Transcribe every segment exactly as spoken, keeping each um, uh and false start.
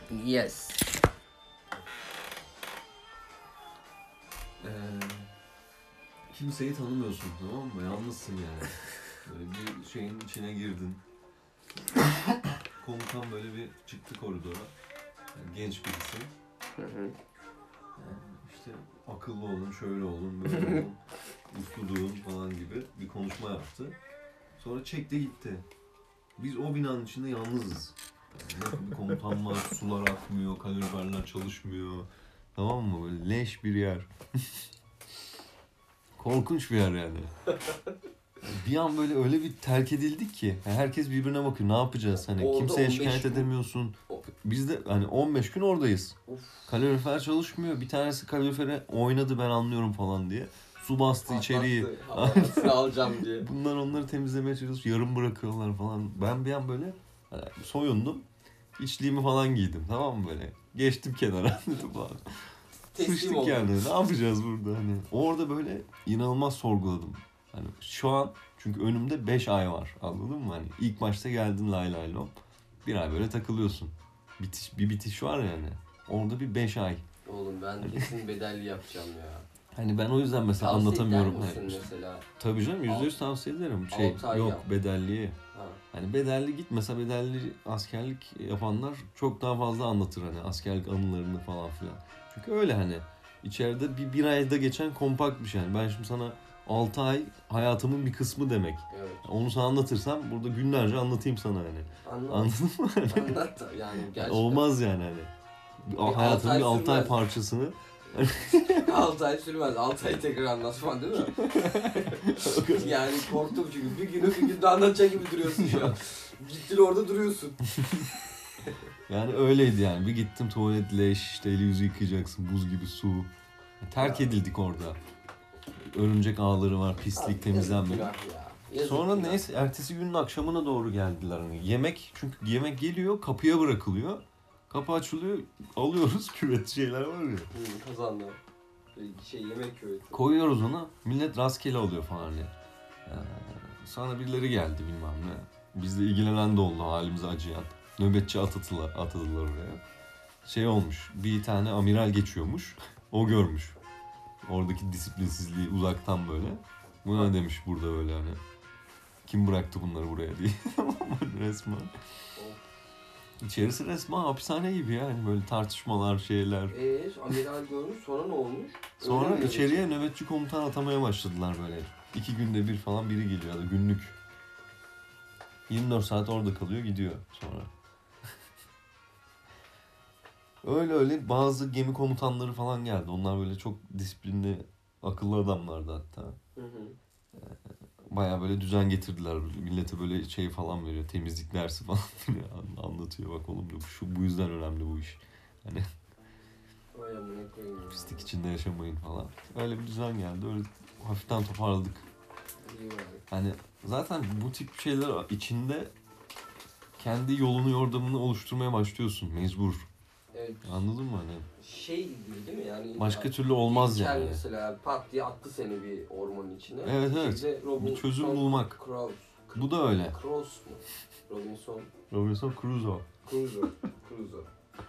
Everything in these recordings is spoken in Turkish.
Yes. Ee, kimseyi tanımıyorsun, tamam mı? Yalnızsın yani. Böyle bir şeyin içine girdin. Komutan böyle bir çıktı koridora. Yani genç birisi. Hı hı. Yani işte akıllı olun, şöyle olun, böyle olun, uslu durun falan gibi bir konuşma yaptı. Sonra çekti gitti. Biz o binanın içinde yalnızız. Yani bir komutan var, sular akmıyor, kaloriferler çalışmıyor. Tamam mı? Böyle leş bir yer. Korkunç bir yer yani. Bir an böyle öyle bir terk edildik ki herkes birbirine bakıyor. Ne yapacağız? Hani Orada kimseye şikayet gün. edemiyorsun. Biz de hani on beş gün oradayız. Of. Kalorifer çalışmıyor. Bir tanesi kalorifere oynadı ben anlıyorum falan diye. Su bastı içeriği. Havasını alacağım diye. Bunlar onları temizlemeye çalışıyor. Yarım bırakıyorlar falan. Ben bir an böyle hani soyundum. İçliğimi falan giydim. Tamam mı böyle? Geçtim kenara. falan. Sıçtık oldum. yani. Ne yapacağız burada hani? Orada böyle inanılmaz sorguladım. Hani şu an çünkü önümde beş ay var. Anladın mı? Hani ilk başta geldin lay lay lom. Bir ay böyle takılıyorsun. Bitiş, bir bitiş var yani. Orada bir beş ay. Oğlum ben kesin bedelli yapacağım ya. Hani ben o yüzden mesela Tavsiye anlatamıyorum. eder misin Hani, mesela? tabii canım yüzde yüz tavsiye ederim. Şey yok yap. bedelliye. Ha. Hani bedelli git mesela bedelli askerlik yapanlar çok daha fazla anlatır hani askerlik anılarını falan filan. Çünkü öyle hani içeride bir, bir ayda geçen kompakt bir şey. Yani ben şimdi sana altı ay hayatımın bir kısmı demek. Evet. Onu sana anlatırsam burada günlerce anlatayım sana hani. Anlat. Anladın mı? Anlat yani gerçekten. Olmaz yani hani. Bir Hayatımın bir altı ay sürmez. parçasını. altı ay sürmez. altı ay tekrar anlatman değil mi? Yani korktum çünkü bir günü bir günde anlatacak gibi duruyorsun şu an. Gittin orada duruyorsun. Yani öyleydi yani. Bir gittim tuvalet leş, işte eli yüzü yıkayacaksın, buz gibi su. Terk Ya. edildik orada. Örümcek ağları var, pislik Abi, temizlenmedi. yazık günah ya. Yazık Sonra günah. neyse ertesi günün akşamına doğru geldiler. Hani yemek çünkü yemek geliyor, kapıya bırakılıyor. Kapı açılıyor, alıyoruz küvet şeyler var ya. Hı, kazandı. Şey yemek küveti. Koyuyoruz ona, millet rastgele alıyor falan hani. Ee, sonra birileri geldi bilmem ne. Bizle ilgilenen de oldu halimize acıyan. Nöbetçi atadılar, atadılar oraya. Şey olmuş, bir tane amiral geçiyormuş. O görmüş. Oradaki disiplinsizliği uzaktan böyle. Bu ne demiş burada böyle hani. Kim bıraktı bunları buraya diye. Resmen. İçerisi resmen hapishane gibi ya. Hani böyle tartışmalar, şeyler. Eee amiral görmüş sonra ne olmuş? Sonra Öyle içeriye mi? nöbetçi komutan atamaya başladılar böyle. İki günde bir falan biri geliyor ya da günlük. yirmi dört saat orada kalıyor gidiyor sonra. Öyle öyle bazı gemi komutanları falan geldi. Onlar böyle çok disiplinli, akıllı adamlardı hatta. Hı hı. Bayağı böyle düzen getirdiler. Millete böyle şey falan veriyor. Temizlik dersi falan anlatıyor. Bak oğlum şu bu yüzden önemli bu iş. Hani Vay amına koyayım ya. pislik içinde yaşamayın falan. Öyle bir düzen geldi. Öyle hafiften toparladık. İyi bari. Hani zaten bu tip şeyler içinde kendi yolunu yordamını oluşturmaya başlıyorsun mecbur. Evet. Anladın mı hani? Şey gibi değil mi yani? Başka ya, türlü olmaz İlker yani. mesela pat diye attı seni bir ormanın içine. Evet, Bir evet. şekilde Robinson Bir çözüm bulmak. Crusoe. Bu da öyle. Crusoe mu? Robinson Robinson Crusoe. Crusoe. Crusoe.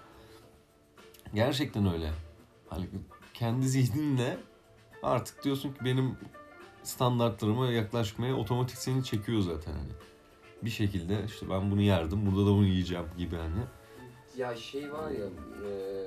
Gerçekten öyle. Hani kendi zihninle artık diyorsun ki benim standartlarıma yaklaşmaya otomatik seni çekiyor zaten hani. Bir şekilde işte ben bunu yerdim, burada da bunu yiyeceğim gibi hani. Ya şey var ya, e,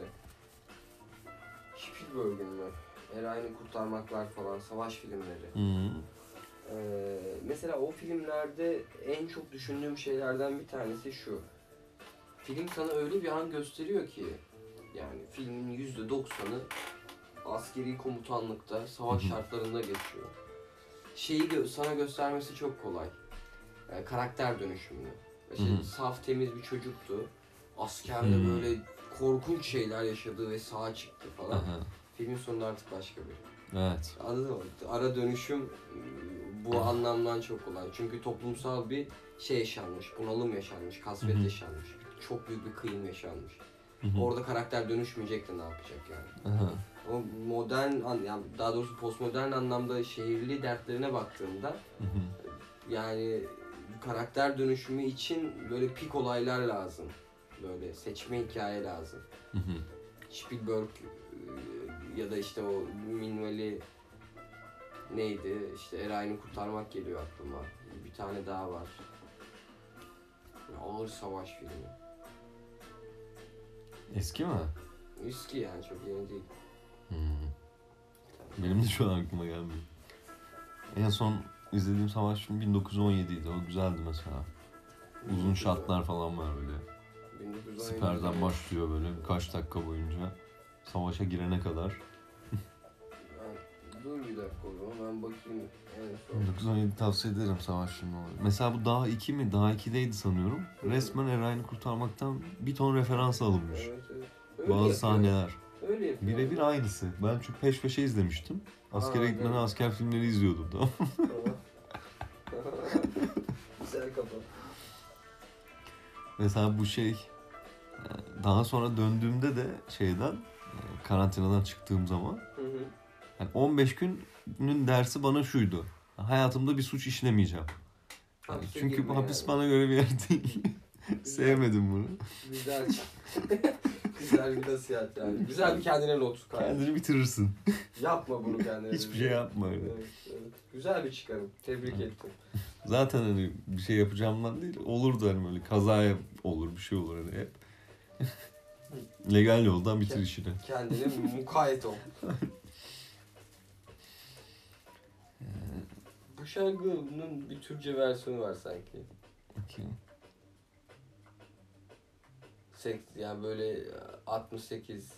Spielberg'in mi? Erayn'ı kurtarmaklar falan, savaş filmleri. Hı. E, mesela o filmlerde en çok düşündüğüm şeylerden bir tanesi şu. Film sana öyle bir an gösteriyor ki, yani filmin yüzde doksanı askeri komutanlıkta, savaş Hı hı. şartlarında geçiyor. Şeyi gö- sana göstermesi çok kolay. Yani karakter dönüşümünü. Mesela Hı hı. saf temiz bir çocuktu. Askerde Hı. böyle korkunç şeyler yaşadı ve sağa çıktı falan. Aha. Filmin sonunda artık başka biri. Evet. Anladın mı? Ara dönüşüm bu anlamdan çok kolay. Çünkü toplumsal bir şey yaşanmış, bunalım yaşanmış, kasvet Hı hı. yaşanmış. Çok büyük bir kıyım yaşanmış. Hı hı. Orada karakter dönüşmeyecek de ne yapacak yani? Aha. Ama modern, an- yani daha doğrusu postmodern anlamda şehirli dertlerine baktığımda Hı hı. yani karakter dönüşümü için böyle pik olaylar lazım. böyle seçme hikaye lazım. Hı hı. Spielberg e, ya da işte o Minvali neydi? İşte Erayn'ı kurtarmak geliyor aklıma. Bir tane daha var. Ağır savaş filmi. Eski mi? Eski yani, çok yeni değil. Hmm. Benim de şu an aklıma gelmiyor. En son izlediğim savaş filmi bin dokuz yüz on yediydi. O güzeldi mesela. Uzun şatlar falan var böyle. bin dokuz yüz on yedi Siperden başlıyor böyle birkaç dakika boyunca. Savaşa girene kadar. Ben, dur bir dakika o zaman ben bakayım en bin son. dokuz yüz on yedi tavsiye ederim savaş filmi olarak. Mesela bu Dağ iki mi? Dağ ikideydi sanıyorum. Resmen Erayn'ı kurtarmaktan bir ton referans alınmış. Evet, evet. Öyle Bazı yapıyor. sahneler. Öyle yapıyor. Birebir aynısı. Ben çünkü peş peşe izlemiştim. Askere Aa, gitmeden evet. asker filmleri izliyordum da. Güzel kafa. Mesela bu şey daha sonra döndüğümde de şeyden karantinadan çıktığım zaman Hı hı. yani on beş günün dersi bana şuydu. Hayatımda bir suç işlemeyeceğim. Yani Hapse çünkü girme bu hapis yani. bana göre bir yer değil. Sevmedim bunu. Güzel. Güzel bir nasihat yani. Güzel bir kendine not kardeşim. Kendini bitirirsin. Yapma bunu kendine. Hiçbir şey yapma öyle. Evet, evet. Güzel bir çıkarım. Tebrik ettim. Zaten hani bir şey yapacağımdan değil, olurdu hani böyle kazaya olur, bir şey olur hani hep. Legal yoldan bitir işini. Kendine mukayyet ol. Bu şarkının bir Türkçe versiyonu var sanki. Okay. Sek, yani böyle altmış sekiz.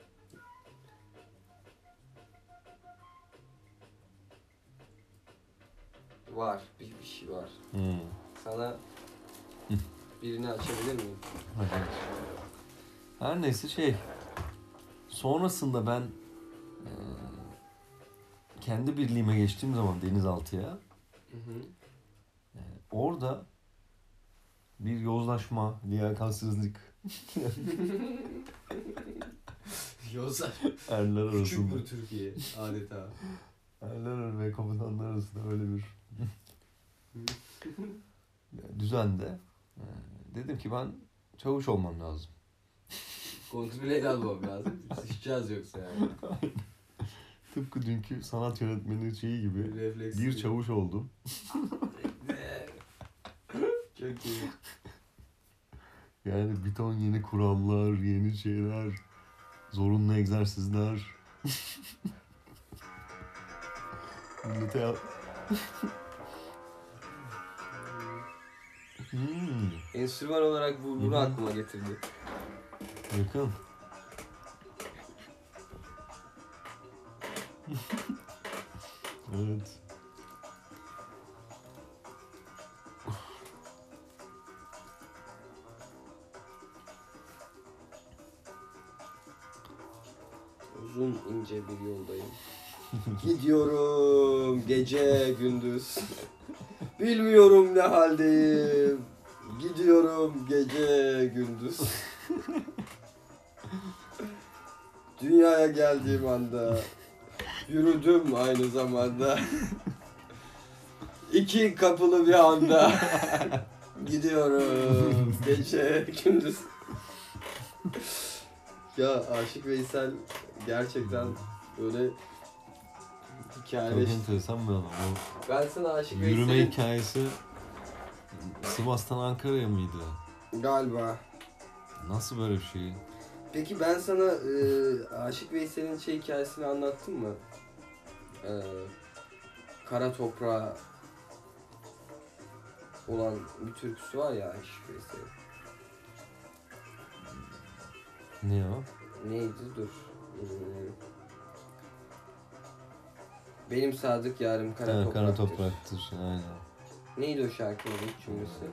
Var. Bir, bir şey var. Hmm. Sana birini açabilir miyim? Hadi. Her neyse şey. Sonrasında ben e, kendi birliğime geçtiğim zaman denizaltıya Hı hı. e, orada bir yozlaşma, liyakatsizlik Yozlar. erler Küçük arasında. bir Türkiye adeta. Erler ve komutanlar arasında öyle bir düzende e, dedim ki ben çavuş olmam lazım. Kontrol almam lazım. Sıçacağız yoksa yani. Tıpkı dünkü sanat yönetmeni şeyi gibi Refleks. bir çavuş oldum. Çok iyi. Yani bir ton yeni kurallar, yeni şeyler, zorunlu egzersizler. Millete yap... hmm, Enstrüman olarak bu, bunu Hı hı. aklıma getirdi. yakın. Evet. Uzun ince bir yoldayım. Gidiyorum gece gündüz. Bilmiyorum ne haldeyim. Gidiyorum gece gündüz. Dünyaya geldiğim anda yürüdüm aynı zamanda. İki kapılı bir anda gidiyorum gece gündüz. Ya Aşık Veysel gerçekten böyle Çok hikayeleş. enteresan bir adam. O Ben sana Aşık yürüme Veysel'in hikayesi Sivas'tan Ankara'ya mıydı? galiba. Nasıl böyle bir şey? Peki ben sana e, Aşık Veysel'in şey hikayesini anlattım mı? E, Kara toprağa olan bir türküsü var ya Aşık Veysel'in. Ne o? Neydi? Dur. Hmm. Benim sadık yarım kara Ha, topraktır. kara topraktır. Aynen. Neydi o şarkının ilk cümlesi?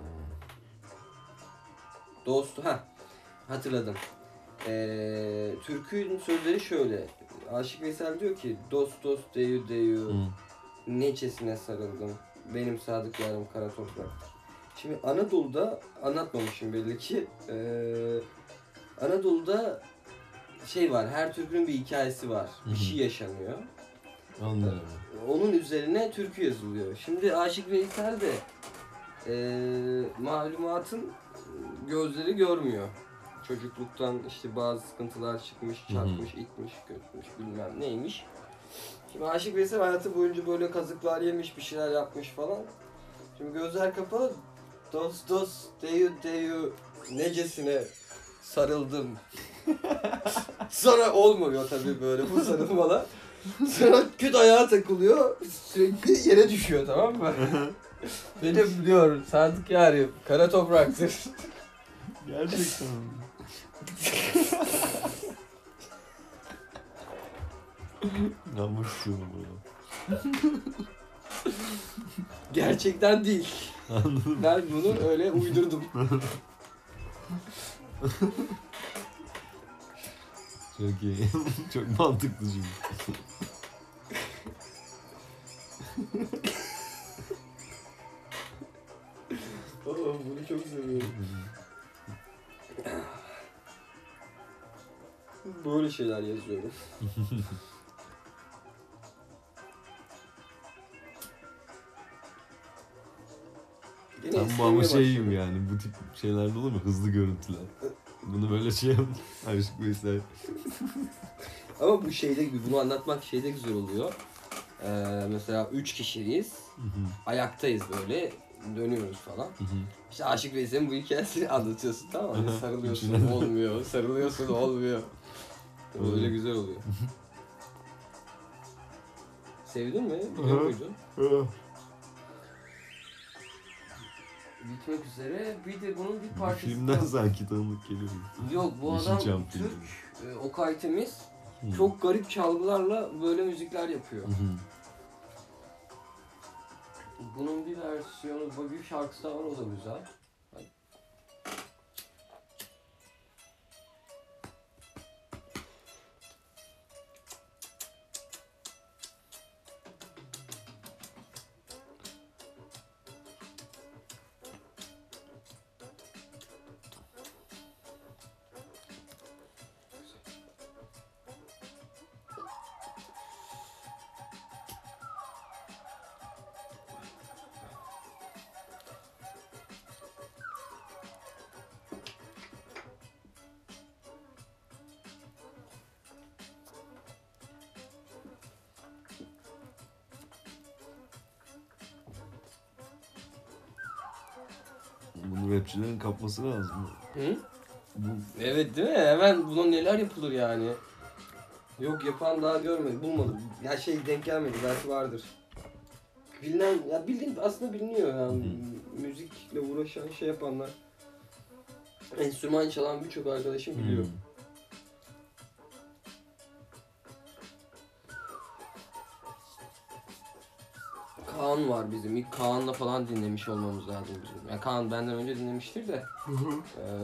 Dost, ha hatırladım. Ee, türkünün sözleri şöyle. Aşık Veysel diyor ki dost dost deyu deyu Hı. neçesine sarıldım. Benim sadık yarım kara topraktır. Şimdi Anadolu'da anlatmamışım belli ki. Ee, Anadolu'da şey var. Her türkünün bir hikayesi var. Hı Bir hı. şey yaşanıyor. Anlıyorum. Onun üzerine türkü yazılıyor. Şimdi Aşık Veysel de ee, malumatın gözleri görmüyor. çocukluktan işte bazı sıkıntılar çıkmış, çarpmış, itmiş, götürmüş, bilmem neymiş. Şimdi Aşık Veysel hayatı boyunca böyle kazıklar yemiş, bir şeyler yapmış falan. Şimdi gözler kapalı, dost dost deyu deyu necesine sarıldım. Sonra olmuyor tabii böyle bu sarılmalar. Sonra küt ayağa takılıyor, sürekli yere düşüyor, tamam mı? Benim biliyor, Sadık Yarim, kara topraktır. Gerçekten. İnanmak istiyorum buna. Gerçekten değil. Anladım. Ben bunu öyle uydurdum. Çok iyi. Çok mantıklı çünkü. Oo, bunu çok seviyorum. Böyle şeyler yazıyorum. Yine Tam bu istemeye ama şey gibi başladım. yani bu tip şeylerde olur mu? Hızlı görüntüler. Bunu böyle şey yap. Aşık Veysel. Ama bu şeyde bunu anlatmak şeyde güzel oluyor. Ee, mesela üç kişiyiz. Hı hı, Ayaktayız böyle. Dönüyoruz falan. hı hı. İşte Aşık Veysel'in bu hikayesini anlatıyorsun, tamam mı? Hani sarılıyorsun Üçüne de. olmuyor, sarılıyorsun olmuyor. Öyle Hı. güzel oluyor. Sevdin mi? Hı. Biliyor muydun? Bitmek üzere. Bir de bunun bir Bu parçası filmden daha- sanki tanıdık geliyor. Yok, bu adam Yeşilçam Türk, filmi. e, Okay Temiz. Hı. Çok garip çalgılarla böyle müzikler yapıyor. Hı hı. Bunun bir versiyonu, bir şarkısı da var, o da güzel. Bunu rapçilerin kapması lazım. Hı? Bu Evet, değil mi? Hemen buna neler yapılır yani. Yok, yapan daha görmedim, bulmadım. Ya şey denk gelmedi, belki vardır. Bilinen, ya bildiğin aslında biliniyor yani. Müzikle uğraşan, şey yapanlar. Enstrüman çalan birçok arkadaşım biliyor. Hmm. Kaan var bizim. İlk Kaan'la falan dinlemiş olmamız lazım bizim. Yani Kaan benden önce dinlemiştir de. Eee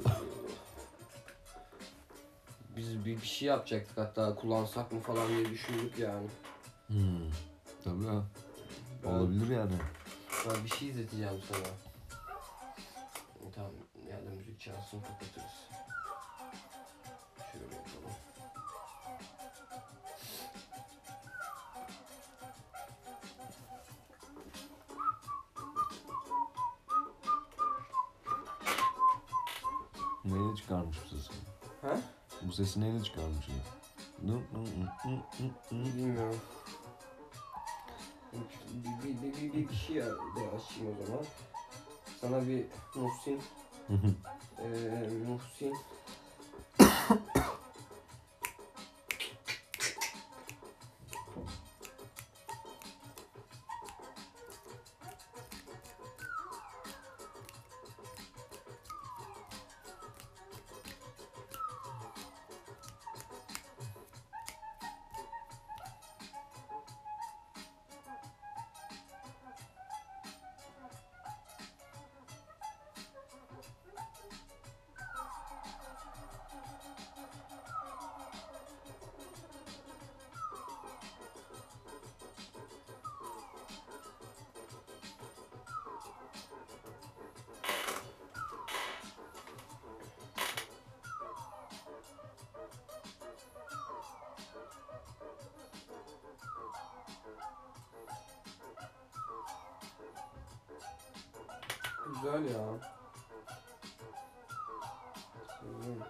biz bir, bir şey yapacaktık, hatta kullansak mı falan diye düşündük yani. Hmm. Tabii ha. Ben- Olabilir yani. Ben bir şey izleteceğim sana. Tamam, ya da müzik çalsın, kapatırız. Şöyle yapalım. Neyle çıkarmış bu sesi? Ha? Bu sesi neyle çıkarmış ya? Bilmiyorum. Bir, bir, bir, bir, bir, bir şey de açayım o zaman. Sana bir Muhsin, eee Muhsin güzel ya. Hı.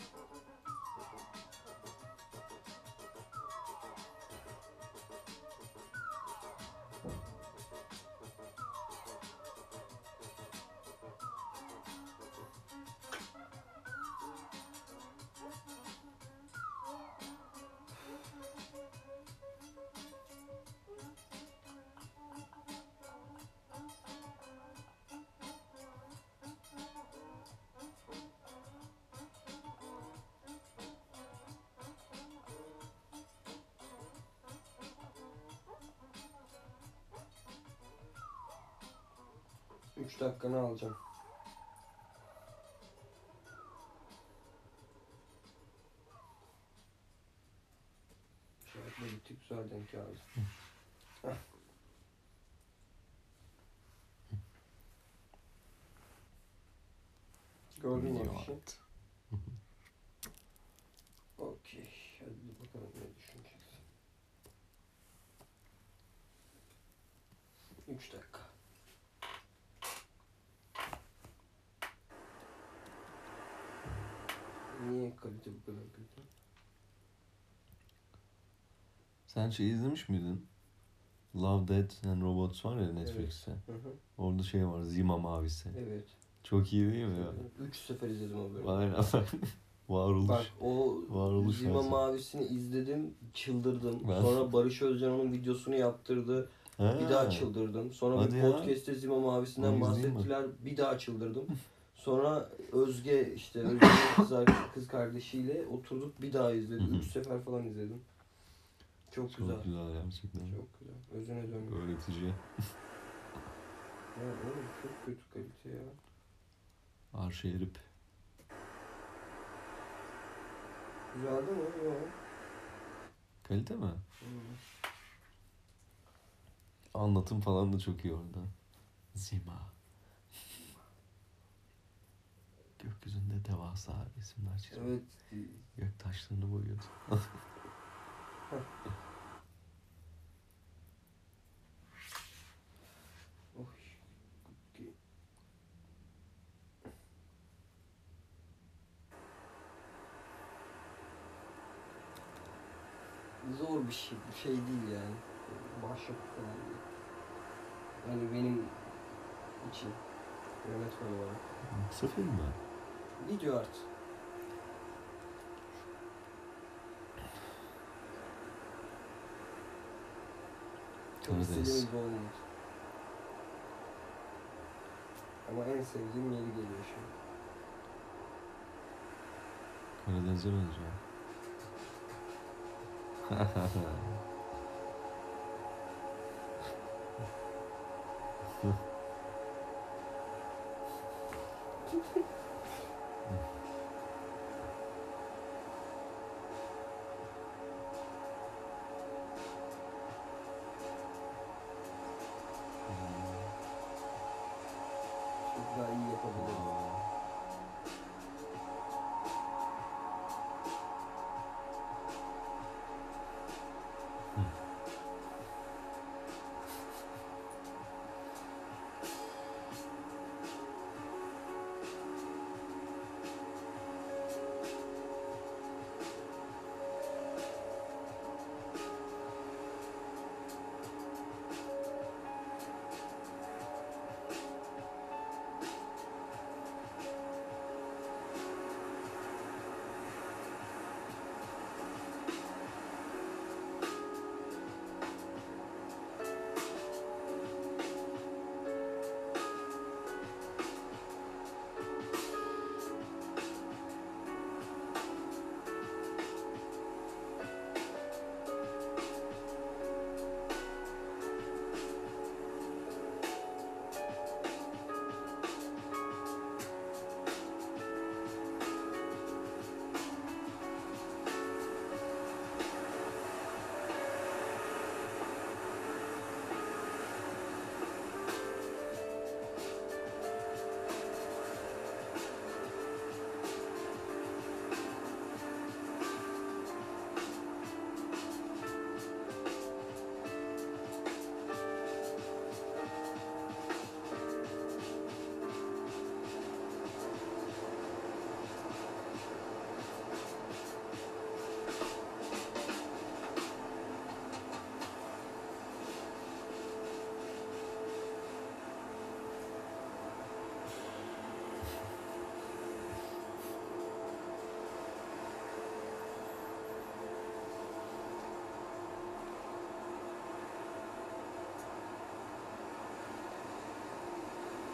Üç dakikanı alacağım. Şarkı bitti, güzel denk geldi. Heh. Gördün mü bir şey? Okey. Hadi bakalım ne düşüneceksin. Üç dakika. Niye kalite bu kadar kötü? Sen şey izlemiş miydin? Love, Death and Robots var ya Netflix'te. Hı hı. Orada şey var, Zima mavisi. Evet. Çok iyi değil mi ya? Üç sefer izledim o bölümü. Aynen. Varoluş. Bak o Varoluş Zima gerçekten. Mavisini izledim, çıldırdım. Ben- Sonra Barış Özcan onun videosunu yaptırdı. Ha. Bir daha çıldırdım. Sonra Hadi bir ya. podcast'te Zima Mavisi'nden Onu izleyeyim mi? bahsettiler. Bir daha çıldırdım. Sonra Özge işte Özge'nin kız, ar- kız kardeşiyle oturduk bir daha izledim. Hı hı. Üç sefer falan izledim. Çok, Çok güzel. güzel gerçekten. Çok güzel. Özüne dönüyor. Öğretici. Ya oğlum çok kötü kalite ya. Arşe erip. Güzeldi mi? Yok. Kalite mi? Hmm. Anlatım falan da çok iyi orada. Zima. Gökyüzünde devasa isimler çiziyor. Evet. Gök taşlarını boyuyordu. Oy. Zor bir şey, bir şey değil yani. Başlık falan değil. Hani benim için yönetmen olarak. Kısa film mi? Video art. Çok Karadeniz. istediğim gibi olmadı. Ama en sevdiğim yeri geliyor şimdi. Karadeniz'e benziyor. Çok daha iyi yapabilirim.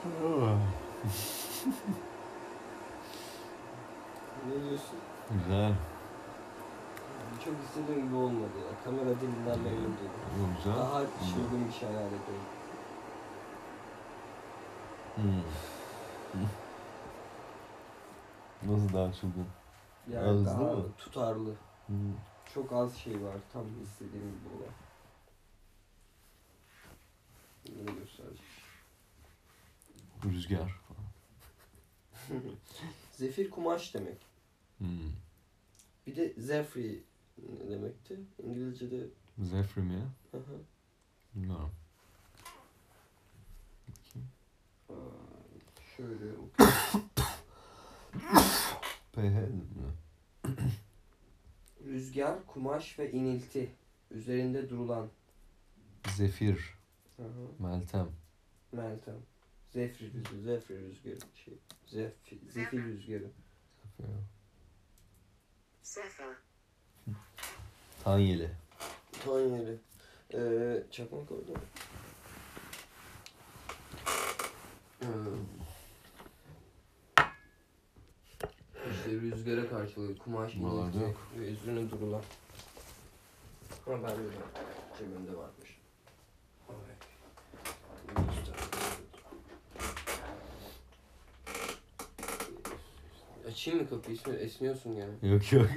Ne diyorsun? Güzel. Çok istediğim gibi olmadı ya. Kamera dilinden memnun değilim. Ama güzel. Daha çılgın bir şey hayal ediyorum. Hmm. Nasıl daha çılgın? Yani Hızlı daha mı? tutarlı. Hmm. Çok az şey var. Tam istediğim gibi olan. Bunu göstereceğim. Rüzgar. Zefir kumaş demek. Hmm. Bir de zephyr ne demekti? İngilizce'de. Zephyr mi ya? Hı hı. Bilmiyorum. Aa, şöyle okuyayım. P H mi? Rüzgar, kumaş ve inilti. Üzerinde durulan. Zefir. Hı hı. Meltem. Meltem. Zefir rüzgarı. Zefir rüzgarı. Şey. Zefir, zefir rüzgarı. Zephyr. Tanyeli. Tanyeli. Ee, çakmak orada mı? Ee, işte rüzgara karşılığı kumaş Buralarda inilti yok. ve üzerine durulan. Ama ben de cebimde varmış. Evet. Açayım mı kapıyı? Esni- Esniyorsun yani. Yok yok.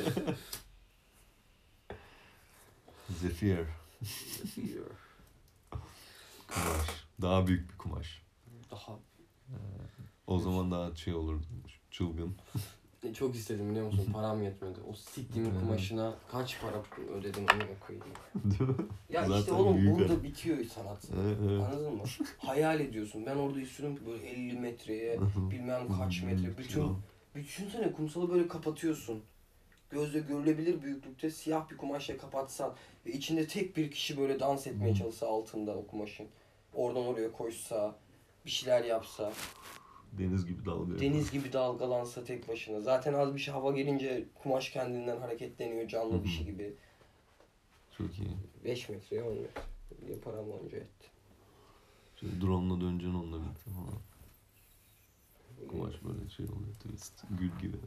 Zephyr. Zephyr. Kumaş. Daha büyük bir kumaş. Daha O zaman daha şey olurdu. Çılgın. çok istedim biliyor musun? Param yetmedi. O siktiğimin Evet. kumaşına kaç para ödedim onu koyayım. Değil mi? Ya Zaten işte oğlum büyük burada adam. bitiyor sanat. Evet, evet. Anladın mı? Hayal ediyorsun. Ben orada istiyorum ki böyle elli metreye, bilmem kaç metre. Bütün düşünsene kumsalı böyle kapatıyorsun. Gözle görülebilir büyüklükte siyah bir kumaşla kapatsan ve içinde tek bir kişi böyle dans etmeye Hı. çalışsa altında o kumaşın. Oradan oraya koşsa, bir şeyler yapsa, Deniz gibi dalga. deniz gibi dalgalansa tek başına. Zaten az bir şey hava gelince kumaş kendinden hareketleniyor canlı bir Hı hı. şey gibi. Çok iyi. beş metreye on metre. Yaparam onca etti. Şöyle drone'la döneceksin onunla birlikte falan. Kumaş böyle şey oluyor. Twist. Gül gibi.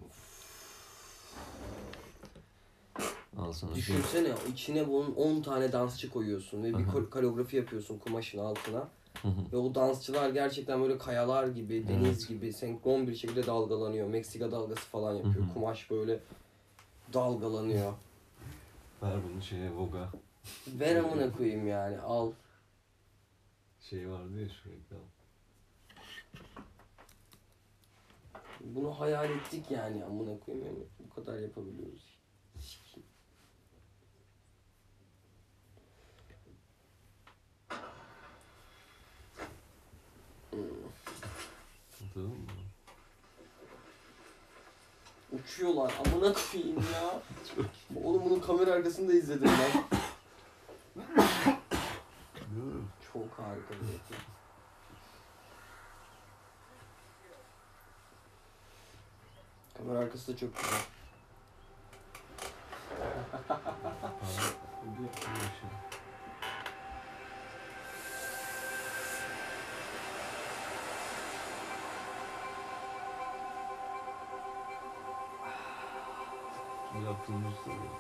Al sana şey. Düşünsene içine bunun on tane dansçı koyuyorsun ve bir Aha. ko- koreografi yapıyorsun kumaşın altına. Hı hı. Ve o dansçılar gerçekten böyle kayalar gibi, deniz Evet. gibi senkron bir şekilde dalgalanıyor. Meksika dalgası falan yapıyor. Hı hı. Kumaş böyle dalgalanıyor. Ver bunu şeye Vogue'a. Ver amına koyayım yani al. Şey vardı ya şu reklam. Bunu hayal ettik yani amına koyayım yani bu kadar yapabiliyoruz. Tamam mı? Uçuyorlar amına koyayım ya. Oğlum bunun kamera arkasında izledim ben. Çok harika bir şey. Kamera arkası da çok güzel. Bir bir şey. Kim yaptığımızı soruyor.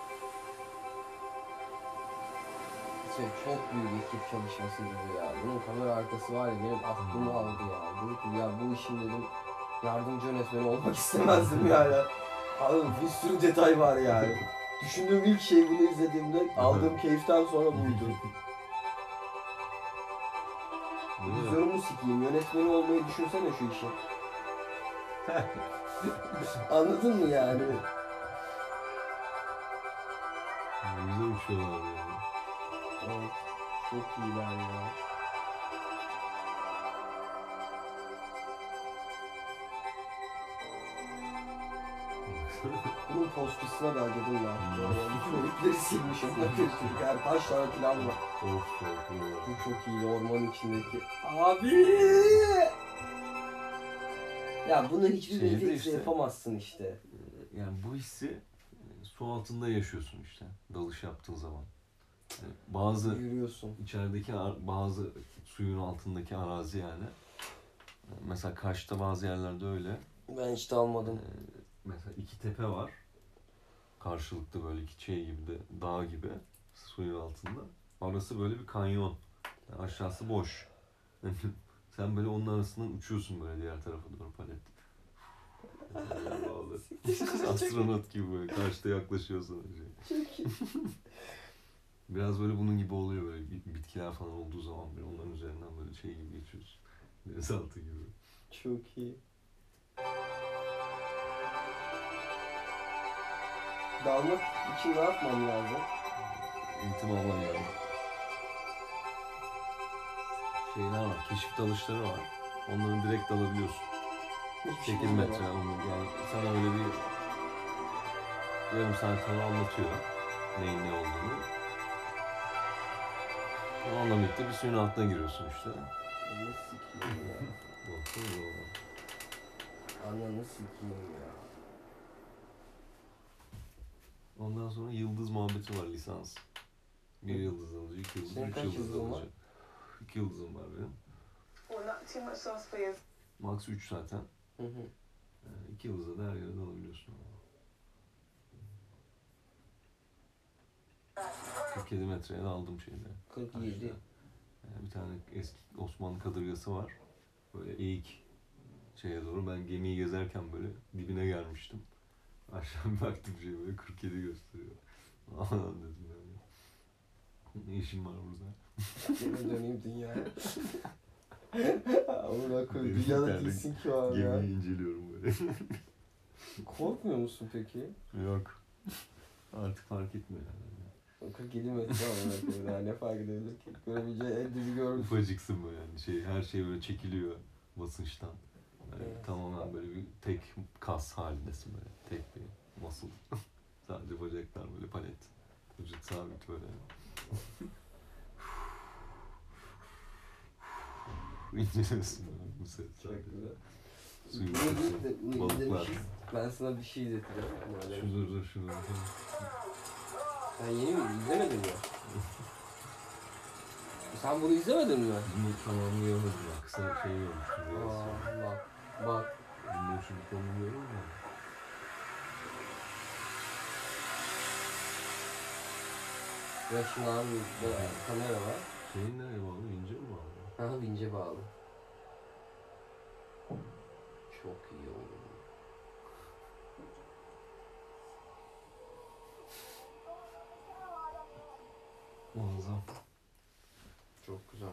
Şey, çok büyük ekip çalışması gibi ya. Bunun kamera arkası var ya benim aklımı aldı ya. Dedim ki ya bu işin dedim yardımcı yönetmeni olmak istemezdim yani. Abi bir sürü detay var yani. Düşündüğüm ilk şey bunu izlediğimde aldığım keyiften sonra buydu. Vizyonumu sikeyim. Yönetmeni olmayı düşünsene şu işi. Anladın mı yani? Ne güzel uçuyorlar ya. Evet. Çok iyiler ya. Bunun postusuna da acıdım ben. Böyle bütün ipleri silmişim. Yani kaç tane plan var. Of çok iyi. Bu çok iyi ormanın içindeki. Abi! Ya bunu hiçbir Şeyde refleksle işte. yapamazsın işte. Yani bu hissi e, su altında yaşıyorsun işte dalış yaptığın zaman. Yani bazı Yürüyorsun. içerideki ar- bazı suyun altındaki arazi yani Mesela Kaş'ta bazı yerlerde öyle. Ben hiç de almadım. Ee, mesela iki tepe var. Karşılıklı böyle iki şey gibi de dağ gibi suyun altında. Orası böyle bir kanyon. Yani aşağısı boş. Sen böyle onun arasından uçuyorsun böyle diğer tarafa doğru palet. Vallahi. Astronot gibi böyle karşıda yaklaşıyorsun. Şey. Biraz böyle bunun gibi oluyor böyle bitkiler falan olduğu zaman böyle onların üzerinden böyle şey gibi geçiyorsun. Denizaltı gibi. Çok iyi. Dalmak için ne yapmam lazım? Eğitim alman lazım. Şeyler var, keşif dalışları var. Onları direkt dalabiliyorsun. Hiçbir şey sekiz bilmiyorum. metre onu yani sana öyle bir yarım saat sonra anlatıyor neyin ne olduğunu. Onunla birlikte bir suyun altına giriyorsun işte. Ananı sikeyim ya. Baksana. Ananı sikeyim ya. Ondan sonra yıldız muhabbeti var, lisans. Bir yıldız alıcı, iki yıldız, Senin üç kaç yıldız yıldızın var? alıcı. İki yıldızım var benim. Well, not too much sauce for you. Max üç zaten. Hı hı. Yani iki yıldızda da her yere dalabiliyorsun. kırk yedi metreye daldım şeyde. kırk yedi. Yani bir tane eski Osmanlı kadırgası var. Böyle eğik şeye doğru. Ben gemiyi gezerken böyle dibine gelmiştim. Aşağı bir baktım şey böyle kırk yedi gösteriyor. Aman dedim yani. Ne işim var burada? Geri döneyim dünyaya. Amına koyayım. Benim Dünyada terlik- değilsin ki o an ya. Gemiyi inceliyorum böyle. Korkmuyor musun peki? Yok. Artık fark etmiyor yani. kırk yedi metre amına koyayım. Daha ne fark edebilir ki? Görebileceği en dibi görmüş. Ufacıksın böyle yani şey her şey böyle çekiliyor basınçtan. Yani Evet. tamamen böyle bir tek kas halindesin böyle. Tek bir muscle. Sadece bacaklar böyle palet. Vücut sabit böyle. İnceliyorsun böyle bu ses Çok sadece. güzel. Suyun Ne sesi, değil de bunu balıklar. izlemişiz. Ben sana bir şey izleteceğim. Böyle. Şu dur dur şunu. Sen yeni mi izlemedin mi? Sen bunu izlemedin mi? Bunu tamamlayamadım ya. Kısa şey olmuştu. Aa, bak. Bak. Bunu şunu tamamlıyorum da. Yaşın abi burada kamera var. Şeyin nereye bağlı? İnce mi bağlı? Aha vince bağlı. Çok iyi oldu. Muazzam. Çok güzel.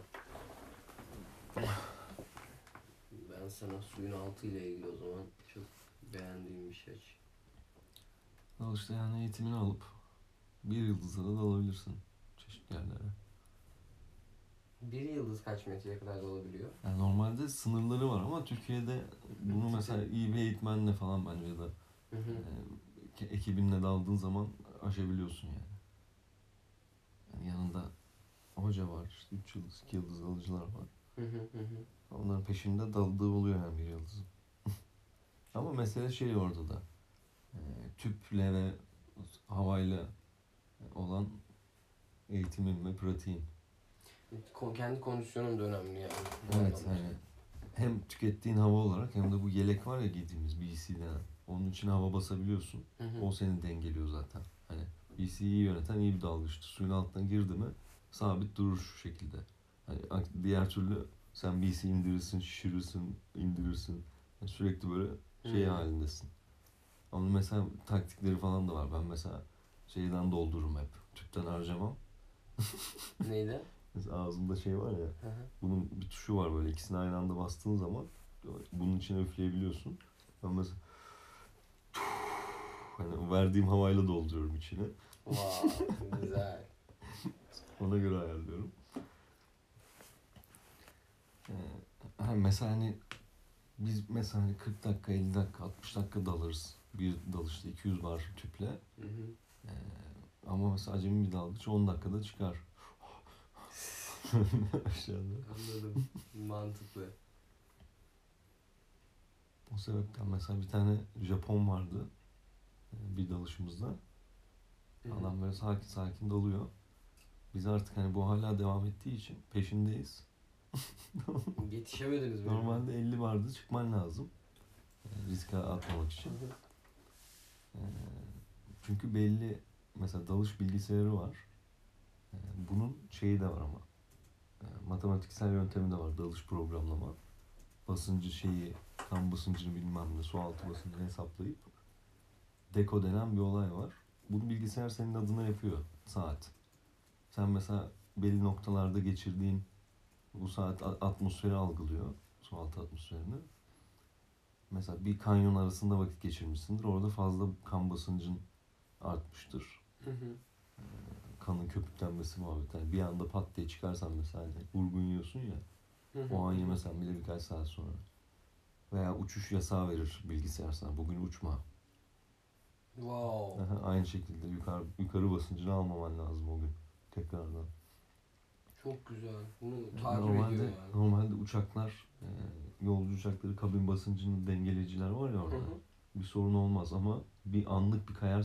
Ben sana suyun altı ile ilgili o zaman çok beğendiğim bir şey aç. Al işte yani eğitimini alıp bir yıldıza da dalabilirsin çeşitli yerlere. Bir yıldız kaç metreye kadar da olabiliyor? Yani normalde sınırları var ama Türkiye'de bunu mesela iyi bir eğitmenle falan bence ya da Hı hı. e, ekibinle daldığın zaman aşabiliyorsun yani. Yani yanında hoca var, işte üç yıldız, iki yıldız alıcılar var. Hı hı hı hı. Onların peşinde daldığı oluyor yani bir yıldızın. Ama mesele şey orada da. E, tüple ve havayla olan eğitimin ve pratiğin. Ko- Kendi kondisyonun da önemli yani. Bu Evet anlamda. hani hem tükettiğin hava olarak hem de bu yelek var ya giydiğimiz B C denen. Onun içine hava basabiliyorsun. Hı hı. O seni dengeliyor zaten. Hani B C'yi iyi yöneten iyi bir dalgıçtır. Suyun altına girdi mi sabit durur şu şekilde. Hani diğer türlü sen B C indirirsin, şişirirsin, indirirsin. Yani sürekli böyle şey Hı. halindesin. Ama mesela taktikleri falan da var. Ben mesela şeyden doldururum hep. Tüpten harcamam. Neydi? Mesela ağzımda şey var ya. Hı hı. Bunun bir tuşu var böyle ikisini aynı anda bastığın zaman bunun içine üfleyebiliyorsun. Ben mesela hani verdiğim havayla dolduruyorum içine. Wow, güzel. Ona göre ayarlıyorum. Ee, ha mesela hani biz mesela hani kırk dakika, elli dakika, altmış dakika dalarız. Bir dalışta iki yüz bar tüple. Hı hı. Ee, ama mesela acemi bir dalgıç on dakikada çıkar. Aşağıda. Anladım. Mantıklı. O sebepten mesela bir tane Japon vardı e, bir dalışımızda. Hı hı. Adam böyle sakin sakin dalıyor. Biz artık hani bu hala devam ettiği için peşindeyiz. Yetişemediniz mi? Normalde elli vardı, çıkman lazım. Yani riske atmamak için. Hı hı. Ee, çünkü belli, mesela dalış bilgisayarı var. Ee, bunun şeyi de var ama. Ee, matematiksel yöntemi de var, dalış programlama. Basıncı şeyi, kan basıncını bilmem ne, su altı basıncını hesaplayıp deko denen bir olay var. Bunu bilgisayar senin adına yapıyor, saat. Sen mesela belli noktalarda geçirdiğin bu saat a- atmosferi algılıyor, su altı atmosferini. Mesela bir kanyon arasında vakit geçirmişsindir. Orada fazla kan basıncın artmıştır. Hı hı. Kanın köpüklenmesi muhabbet. Yani bir anda pat diye çıkarsan mesela hani vurgun yiyorsun ya. Hı hı. O an yemesen bile birkaç saat sonra. Veya uçuş yasağı verir bilgisayar sana. Bugün uçma. Wow. Aha, aynı şekilde yukarı yukarı basıncını almaman lazım o gün. Tekrardan. Çok güzel. Bunu takip Normalde, ediyor yani. normalde uçaklar, e, yolcu uçakları kabin basıncını dengeleyiciler var ya Hı orada. hı. Bir sorun olmaz ama bir anlık bir kayar